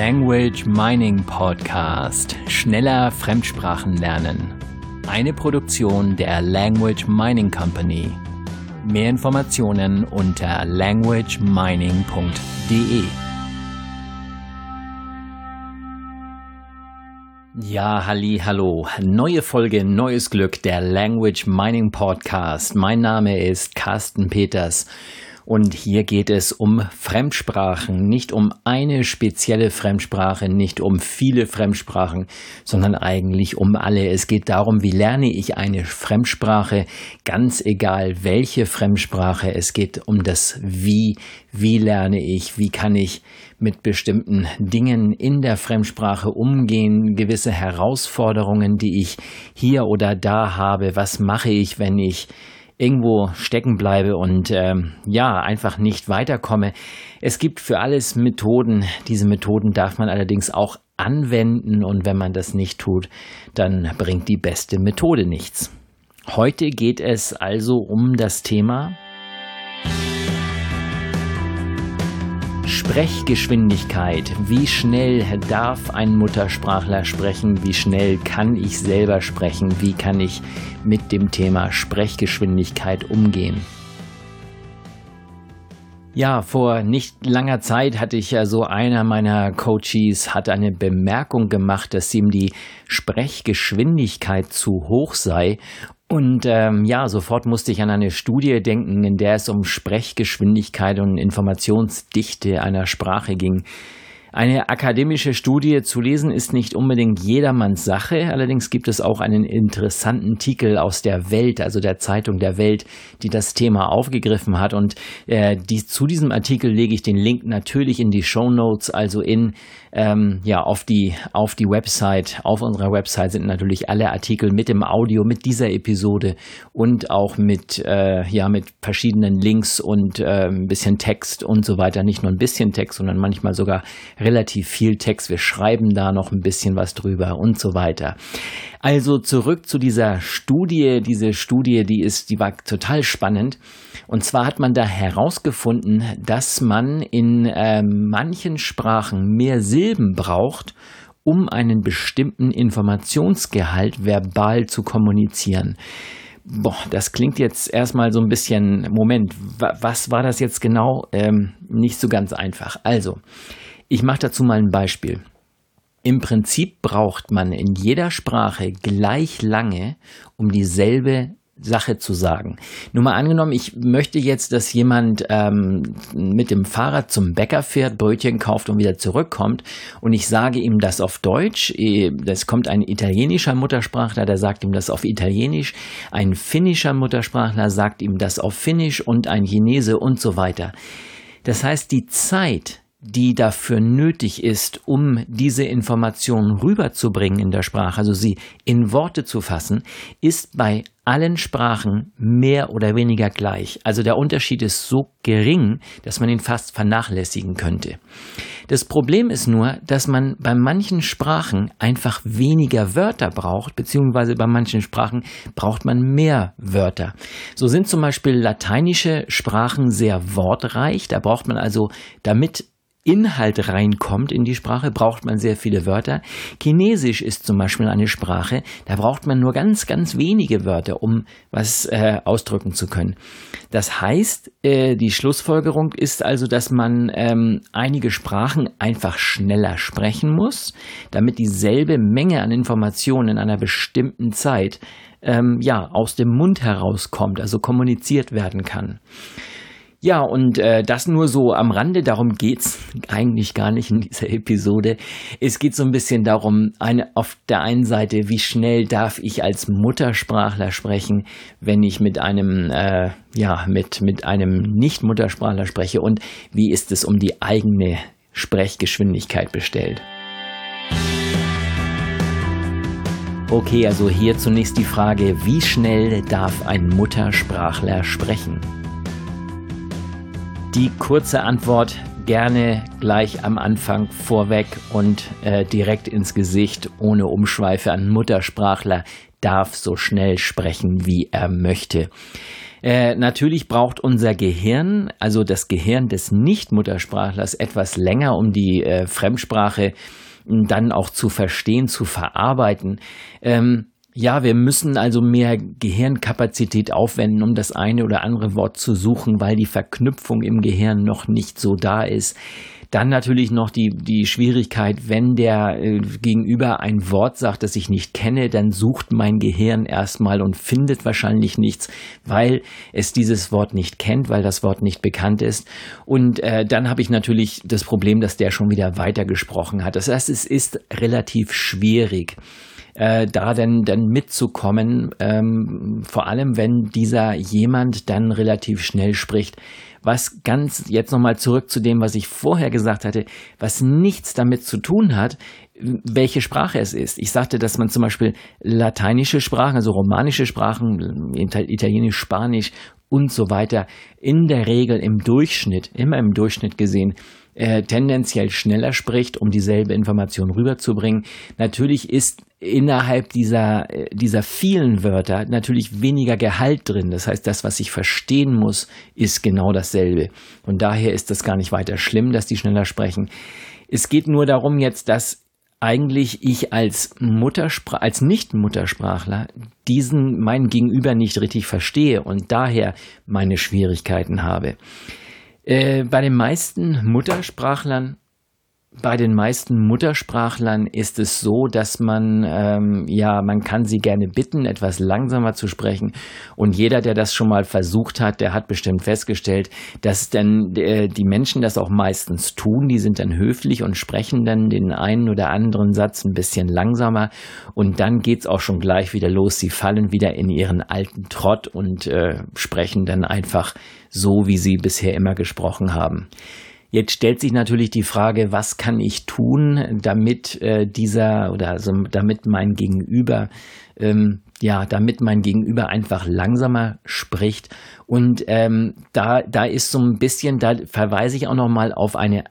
Language Mining Podcast. Schneller Fremdsprachen lernen. Eine Produktion der Language Mining Company. Mehr Informationen unter languagemining.de. Ja, hallo. Neue Folge, neues Glück, der Language Mining Podcast. Mein Name ist Carsten Peters. Und hier geht es um Fremdsprachen, nicht um eine spezielle Fremdsprache, nicht um viele Fremdsprachen, sondern eigentlich um alle. Es geht darum, wie lerne ich eine Fremdsprache, ganz egal welche Fremdsprache. Es geht um das Wie lerne ich, wie kann ich mit bestimmten Dingen in der Fremdsprache umgehen, gewisse Herausforderungen, die ich hier oder da habe. Was mache ich, wenn ich irgendwo stecken bleibe und einfach nicht weiterkomme. Es gibt für alles Methoden. Diese Methoden darf man allerdings auch anwenden und wenn man das nicht tut, dann bringt die beste Methode nichts. Heute geht es also um das Thema Sprechgeschwindigkeit. Wie schnell darf ein Muttersprachler sprechen? Wie schnell kann ich selber sprechen? Wie kann ich mit dem Thema Sprechgeschwindigkeit umgehen? Ja, vor nicht langer Zeit hatte ich ja so, einer meiner Coaches hat eine Bemerkung gemacht, dass ihm die Sprechgeschwindigkeit zu hoch sei. Und sofort musste ich an eine Studie denken, in der es um Sprechgeschwindigkeit und Informationsdichte einer Sprache ging. Eine akademische Studie zu lesen ist nicht unbedingt jedermanns Sache, allerdings gibt es auch einen interessanten Artikel aus der Welt, also der Zeitung der Welt, die das Thema aufgegriffen hat und zu diesem Artikel lege ich den Link natürlich in die Shownotes, also auf die Website. Auf unserer Website sind natürlich alle Artikel mit dem Audio, mit dieser Episode und auch mit verschiedenen Links und ein bisschen Text und so weiter. Nicht nur ein bisschen Text, sondern manchmal sogar relativ viel Text. Wir schreiben da noch ein bisschen was drüber und so weiter. Also zurück zu dieser Studie. Diese Studie, die war total spannend. Und zwar hat man da herausgefunden, dass man in manchen Sprachen mehr Silben braucht, um einen bestimmten Informationsgehalt verbal zu kommunizieren. Das klingt jetzt erstmal so ein bisschen, Moment, was war das jetzt genau? Nicht so ganz einfach. Also, ich mache dazu mal ein Beispiel. Im Prinzip braucht man in jeder Sprache gleich lange, um dieselbe Sache zu sagen. Nur mal angenommen, ich möchte jetzt, dass jemand mit dem Fahrrad zum Bäcker fährt, Brötchen kauft und wieder zurückkommt und ich sage ihm das auf Deutsch. Das kommt ein italienischer Muttersprachler, der sagt ihm das auf Italienisch, ein finnischer Muttersprachler sagt ihm das auf Finnisch und ein Chinese und so weiter. Das heißt, die Zeit, die dafür nötig ist, um diese Informationen rüberzubringen in der Sprache, also sie in Worte zu fassen, ist bei allen Sprachen mehr oder weniger gleich. Also der Unterschied ist so gering, dass man ihn fast vernachlässigen könnte. Das Problem ist nur, dass man bei manchen Sprachen einfach weniger Wörter braucht, beziehungsweise bei manchen Sprachen braucht man mehr Wörter. So sind zum Beispiel lateinische Sprachen sehr wortreich. Da braucht man also, damit Inhalt reinkommt in die Sprache, braucht man sehr viele Wörter. Chinesisch ist zum Beispiel eine Sprache, da braucht man nur ganz, ganz wenige Wörter, um was ausdrücken zu können. Das heißt, die Schlussfolgerung ist also, dass man einige Sprachen einfach schneller sprechen muss, damit dieselbe Menge an Informationen in einer bestimmten Zeit aus dem Mund herauskommt, also kommuniziert werden kann. Ja, und das nur so am Rande, darum geht's eigentlich gar nicht in dieser Episode. Es geht so ein bisschen darum, auf der einen Seite, wie schnell darf ich als Muttersprachler sprechen, wenn ich mit einem mit einem Nicht-Muttersprachler spreche und wie ist es um die eigene Sprechgeschwindigkeit bestellt. Okay, also hier zunächst die Frage, wie schnell darf ein Muttersprachler sprechen? Die kurze Antwort gerne gleich am Anfang vorweg und direkt ins Gesicht, ohne Umschweife. Ein Muttersprachler darf so schnell sprechen, wie er möchte. Natürlich braucht unser Gehirn, also das Gehirn des Nicht-Muttersprachlers, etwas länger, um die Fremdsprache dann auch zu verstehen, zu verarbeiten. Ja, wir müssen also mehr Gehirnkapazität aufwenden, um das eine oder andere Wort zu suchen, weil die Verknüpfung im Gehirn noch nicht so da ist. Dann natürlich noch die Schwierigkeit, wenn der Gegenüber ein Wort sagt, das ich nicht kenne, dann sucht mein Gehirn erstmal und findet wahrscheinlich nichts, weil es dieses Wort nicht kennt, weil das Wort nicht bekannt ist. Und dann habe ich natürlich das Problem, dass der schon wieder weitergesprochen hat. Das heißt, es ist relativ schwierig, da dann mitzukommen, vor allem wenn dieser jemand dann relativ schnell spricht. Was ganz, jetzt nochmal zurück zu dem, was ich vorher gesagt hatte, was nichts damit zu tun hat, welche Sprache es ist. Ich sagte, dass man zum Beispiel lateinische Sprachen, also romanische Sprachen, Italienisch, Spanisch und so weiter, in der Regel immer im Durchschnitt gesehen, tendenziell schneller spricht, um dieselbe Information rüberzubringen. Natürlich ist innerhalb dieser vielen Wörter natürlich weniger Gehalt drin. Das heißt, das, was ich verstehen muss, ist genau dasselbe. Und daher ist das gar nicht weiter schlimm, dass die schneller sprechen. Es geht nur darum jetzt, dass eigentlich ich als Nicht-Muttersprachler meinen Gegenüber nicht richtig verstehe und daher meine Schwierigkeiten habe. Bei den meisten Muttersprachlern ist es so, dass man kann sie gerne bitten, etwas langsamer zu sprechen. Und jeder, der das schon mal versucht hat, der hat bestimmt festgestellt, dass dann die Menschen das auch meistens tun. Die sind dann höflich und sprechen dann den einen oder anderen Satz ein bisschen langsamer. Und dann geht's auch schon gleich wieder los. Sie fallen wieder in ihren alten Trott und sprechen dann einfach so, wie sie bisher immer gesprochen haben. Jetzt stellt sich natürlich die Frage, was kann ich tun, damit damit mein Gegenüber einfach langsamer spricht. Und da ist so ein bisschen, da verweise ich auch noch mal auf eine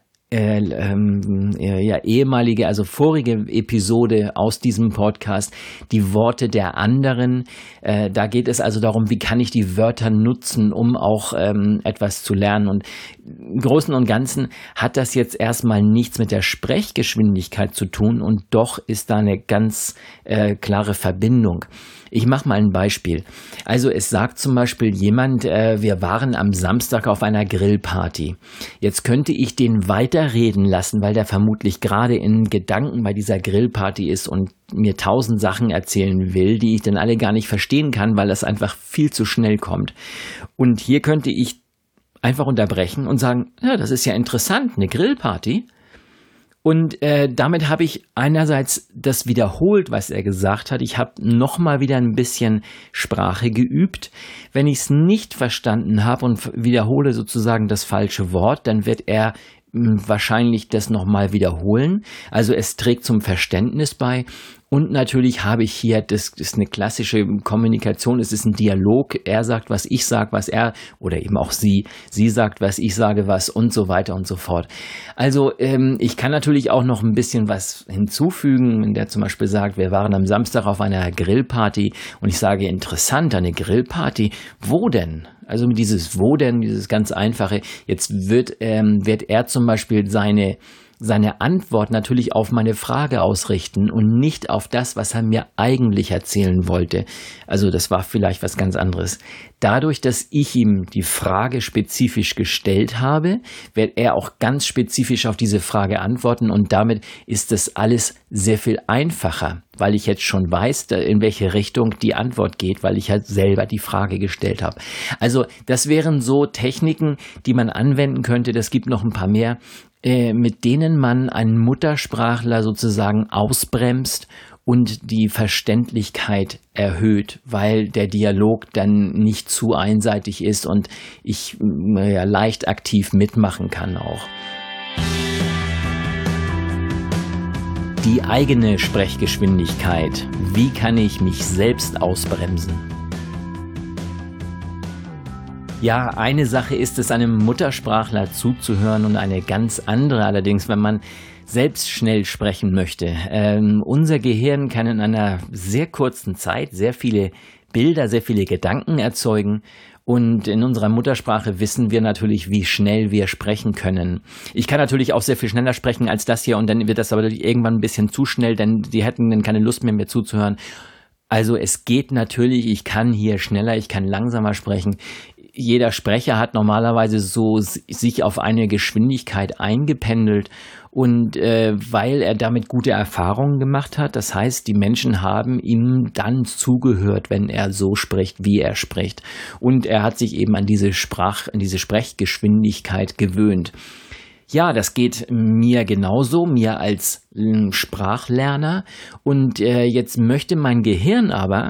ehemalige, also vorige Episode aus diesem Podcast, die Worte der anderen. Da geht es also darum, wie kann ich die Wörter nutzen, um auch etwas zu lernen. Und im Großen und Ganzen hat das jetzt erstmal nichts mit der Sprechgeschwindigkeit zu tun und doch ist da eine ganz klare Verbindung. Ich mache mal ein Beispiel. Also es sagt zum Beispiel jemand, wir waren am Samstag auf einer Grillparty. Jetzt könnte ich den weiterreden lassen, weil der vermutlich gerade in Gedanken bei dieser Grillparty ist und mir 1000 Sachen erzählen will, die ich dann alle gar nicht verstehen kann, weil das einfach viel zu schnell kommt. Und hier könnte ich einfach unterbrechen und sagen, ja, das ist ja interessant, eine Grillparty. Und damit habe ich einerseits das wiederholt, was er gesagt hat. Ich habe nochmal wieder ein bisschen Sprache geübt. Wenn ich es nicht verstanden habe und wiederhole sozusagen das falsche Wort, dann wird er wahrscheinlich das nochmal wiederholen. Also es trägt zum Verständnis bei. Und natürlich habe ich hier, das ist eine klassische Kommunikation, es ist ein Dialog. Er sagt, was ich sage, was er, oder eben auch sie sagt, was ich sage, was und so weiter und so fort. Also ich kann natürlich auch noch ein bisschen was hinzufügen, wenn der zum Beispiel sagt, wir waren am Samstag auf einer Grillparty und ich sage, interessant, eine Grillparty, wo denn? Also mit dieses wo denn, dieses ganz einfache, jetzt wird er zum Beispiel seine Antwort natürlich auf meine Frage ausrichten und nicht auf das, was er mir eigentlich erzählen wollte. Also das war vielleicht was ganz anderes. Dadurch, dass ich ihm die Frage spezifisch gestellt habe, wird er auch ganz spezifisch auf diese Frage antworten und damit ist das alles sehr viel einfacher, weil ich jetzt schon weiß, in welche Richtung die Antwort geht, weil ich halt selber die Frage gestellt habe. Also das wären so Techniken, die man anwenden könnte. Das gibt noch ein paar mehr, mit denen man einen Muttersprachler sozusagen ausbremst und die Verständlichkeit erhöht, weil der Dialog dann nicht zu einseitig ist und ich leicht aktiv mitmachen kann auch. Die eigene Sprechgeschwindigkeit. Wie kann ich mich selbst ausbremsen? Ja, eine Sache ist es, einem Muttersprachler zuzuhören und eine ganz andere allerdings, wenn man selbst schnell sprechen möchte. Unser Gehirn kann in einer sehr kurzen Zeit sehr viele Bilder, sehr viele Gedanken erzeugen Und in unserer Muttersprache wissen wir natürlich, wie schnell wir sprechen können. Ich kann natürlich auch sehr viel schneller sprechen als das hier und dann wird das aber irgendwann ein bisschen zu schnell, denn die hätten dann keine Lust mehr, mir zuzuhören. Also es geht natürlich, ich kann hier schneller, ich kann langsamer sprechen. Jeder Sprecher hat normalerweise so sich auf eine Geschwindigkeit eingependelt und weil er damit gute Erfahrungen gemacht hat, das heißt, die Menschen haben ihm dann zugehört, wenn er so spricht, wie er spricht. Und er hat sich eben an diese Sprechgeschwindigkeit gewöhnt. Ja, das geht mir genauso, mir als Sprachlerner. Und jetzt möchte mein Gehirn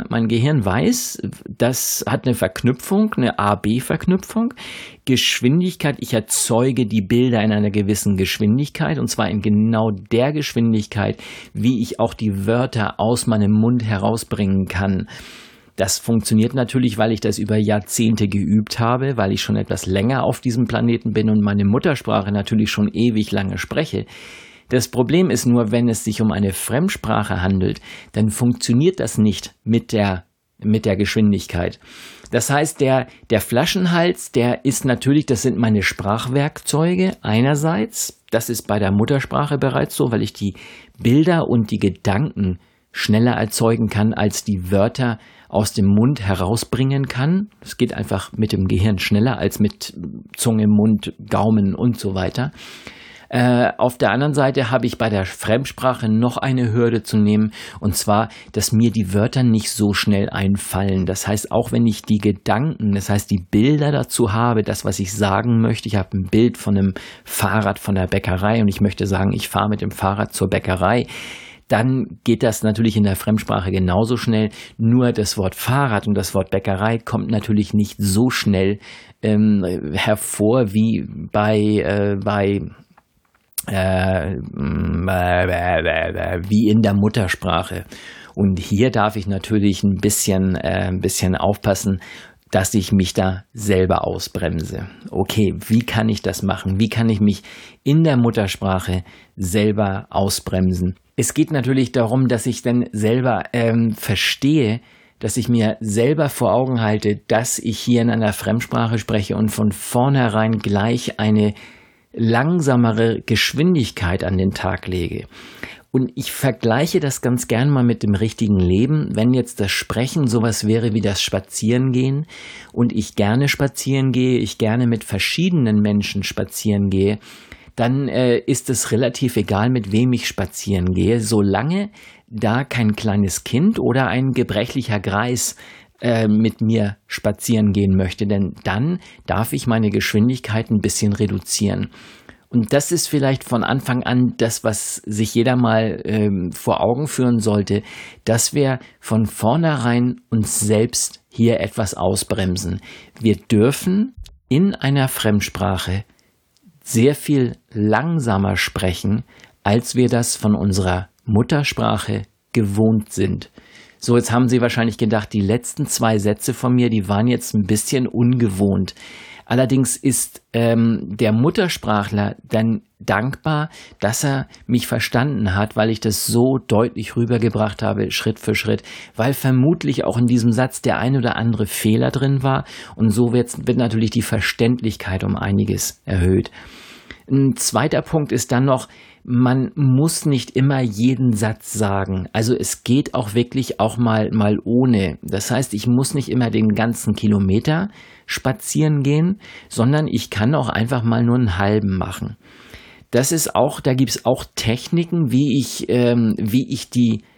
weiß, das hat eine Verknüpfung, eine A-B-Verknüpfung. Geschwindigkeit, ich erzeuge die Bilder in einer gewissen Geschwindigkeit und zwar in genau der Geschwindigkeit, wie ich auch die Wörter aus meinem Mund herausbringen kann. Das funktioniert natürlich, weil ich das über Jahrzehnte geübt habe, weil ich schon etwas länger auf diesem Planeten bin und meine Muttersprache natürlich schon ewig lange spreche. Das Problem ist nur, wenn es sich um eine Fremdsprache handelt, dann funktioniert das nicht mit der Geschwindigkeit. Das heißt, der Flaschenhals, der ist natürlich, das sind meine Sprachwerkzeuge einerseits. Das ist bei der Muttersprache bereits so, weil ich die Bilder und die Gedanken schneller erzeugen kann, als die Wörter aus dem Mund herausbringen kann. Es geht einfach mit dem Gehirn schneller als mit Zunge, Mund, Gaumen und so weiter. Auf der anderen Seite habe ich bei der Fremdsprache noch eine Hürde zu nehmen, und zwar, dass mir die Wörter nicht so schnell einfallen. Das heißt, auch wenn ich die Gedanken, das heißt die Bilder dazu habe, das, was ich sagen möchte, ich habe ein Bild von einem Fahrrad von der Bäckerei und ich möchte sagen, ich fahre mit dem Fahrrad zur Bäckerei, dann geht das natürlich in der Fremdsprache genauso schnell. Nur das Wort Fahrrad und das Wort Bäckerei kommt natürlich nicht so schnell hervor wie wie in der Muttersprache. Und hier darf ich natürlich ein bisschen aufpassen, dass ich mich da selber ausbremse. Okay, wie kann ich das machen? Wie kann ich mich in der Muttersprache selber ausbremsen? Es geht natürlich darum, dass ich dann selber verstehe, dass ich mir selber vor Augen halte, dass ich hier in einer Fremdsprache spreche und von vornherein gleich eine langsamere Geschwindigkeit an den Tag lege. Und ich vergleiche das ganz gern mal mit dem richtigen Leben. Wenn jetzt das Sprechen sowas wäre wie das Spazierengehen und ich gerne spazieren gehe, ich gerne mit verschiedenen Menschen spazieren gehe, dann ist es relativ egal, mit wem ich spazieren gehe, solange da kein kleines Kind oder ein gebrechlicher Greis mit mir spazieren gehen möchte, denn dann darf ich meine Geschwindigkeit ein bisschen reduzieren. Und das ist vielleicht von Anfang an das, was sich jeder mal vor Augen führen sollte, dass wir von vornherein uns selbst hier etwas ausbremsen. Wir dürfen in einer Fremdsprache sehr viel langsamer sprechen, als wir das von unserer Muttersprache gewohnt sind. So, jetzt haben Sie wahrscheinlich gedacht, die letzten 2 Sätze von mir, die waren jetzt ein bisschen ungewohnt. Allerdings ist der Muttersprachler dann dankbar, dass er mich verstanden hat, weil ich das so deutlich rübergebracht habe, Schritt für Schritt, weil vermutlich auch in diesem Satz der ein oder andere Fehler drin war und so wird natürlich die Verständlichkeit um einiges erhöht. Ein zweiter Punkt ist dann noch, man muss nicht immer jeden Satz sagen. Also es geht auch wirklich auch mal ohne. Das heißt, ich muss nicht immer den ganzen Kilometer spazieren gehen, sondern ich kann auch einfach mal nur einen halben machen. Das ist auch, da gibt es auch Techniken, wie ich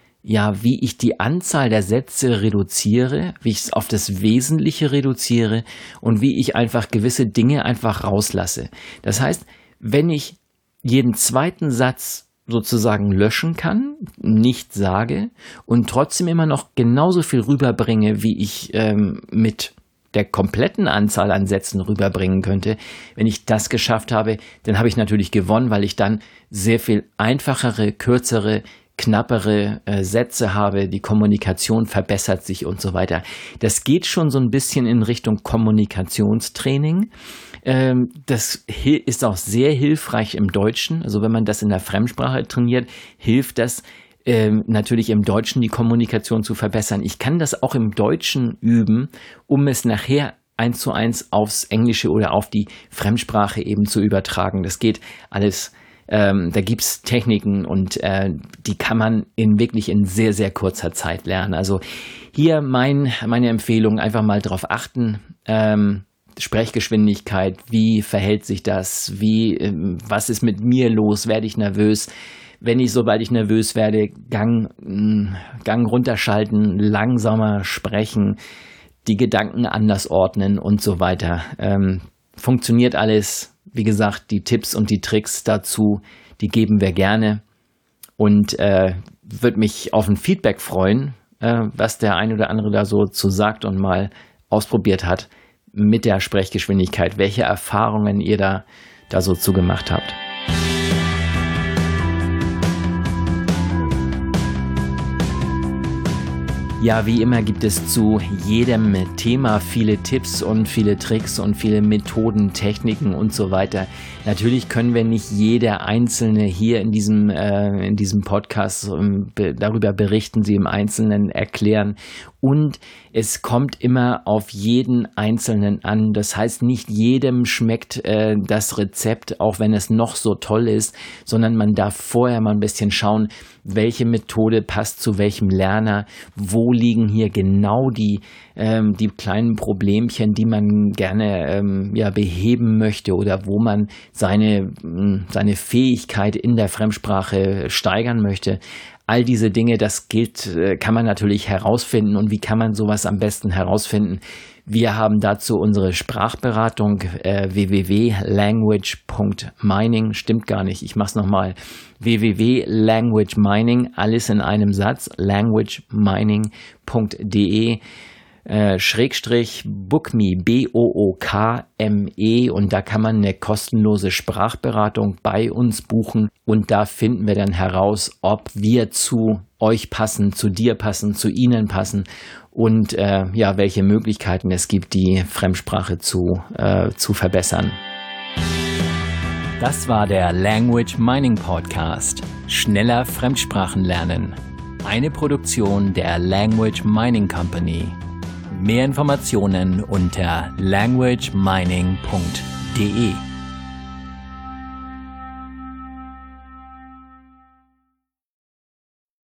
die Anzahl der Sätze reduziere, wie ich es auf das Wesentliche reduziere und wie ich einfach gewisse Dinge einfach rauslasse. Das heißt, wenn ich jeden zweiten Satz sozusagen löschen kann, nicht sage und trotzdem immer noch genauso viel rüberbringe, wie ich mit der kompletten Anzahl an Sätzen rüberbringen könnte, wenn ich das geschafft habe, dann habe ich natürlich gewonnen, weil ich dann sehr viel einfachere, kürzere, knappere Sätze habe, die Kommunikation verbessert sich und so weiter. Das geht schon so ein bisschen in Richtung Kommunikationstraining. Das ist auch sehr hilfreich im Deutschen. Also wenn man das in der Fremdsprache trainiert, hilft das natürlich im Deutschen die Kommunikation zu verbessern. Ich kann das auch im Deutschen üben, um es nachher 1:1 aufs Englische oder auf die Fremdsprache eben zu übertragen. Das geht alles. Da gibt's Techniken und die kann man wirklich in sehr, sehr kurzer Zeit lernen. Also hier meine Empfehlung, einfach mal drauf achten. Sprechgeschwindigkeit, wie verhält sich das? Was ist mit mir los? Werde ich nervös? Sobald ich nervös werde, Gang runterschalten, langsamer sprechen, die Gedanken anders ordnen und so weiter. Funktioniert alles. Wie gesagt, die Tipps und die Tricks dazu, die geben wir gerne und würde mich auf ein Feedback freuen, was der ein oder andere da so zu sagt und mal ausprobiert hat mit der Sprechgeschwindigkeit, welche Erfahrungen ihr da so zu gemacht habt. Ja, wie immer gibt es zu jedem Thema viele Tipps und viele Tricks und viele Methoden, Techniken und so weiter. Natürlich können wir nicht jeder Einzelne hier in diesem Podcast darüber berichten, sie im Einzelnen erklären. Und es kommt immer auf jeden Einzelnen an. Das heißt, nicht jedem schmeckt das Rezept, auch wenn es noch so toll ist, sondern man darf vorher mal ein bisschen schauen, welche Methode passt zu welchem Lerner, wo liegen hier genau die kleinen Problemchen, die man gerne beheben möchte oder wo man seine Fähigkeit in der Fremdsprache steigern möchte. All diese Dinge, kann man natürlich herausfinden. Und wie kann man sowas am besten herausfinden? Wir haben dazu unsere Sprachberatung www.language.mining, stimmt gar nicht, ich mach's nochmal, www.languagemining, alles in einem Satz, languagemining.de /bookme, BOOKME, und da kann man eine kostenlose Sprachberatung bei uns buchen und da finden wir dann heraus, ob wir zu euch passen, zu dir passen, zu Ihnen passen und welche Möglichkeiten es gibt, die Fremdsprache zu verbessern. Das war der Language Mining Podcast. Schneller Fremdsprachen lernen. Eine Produktion der Language Mining Company. Mehr Informationen unter languagemining.de.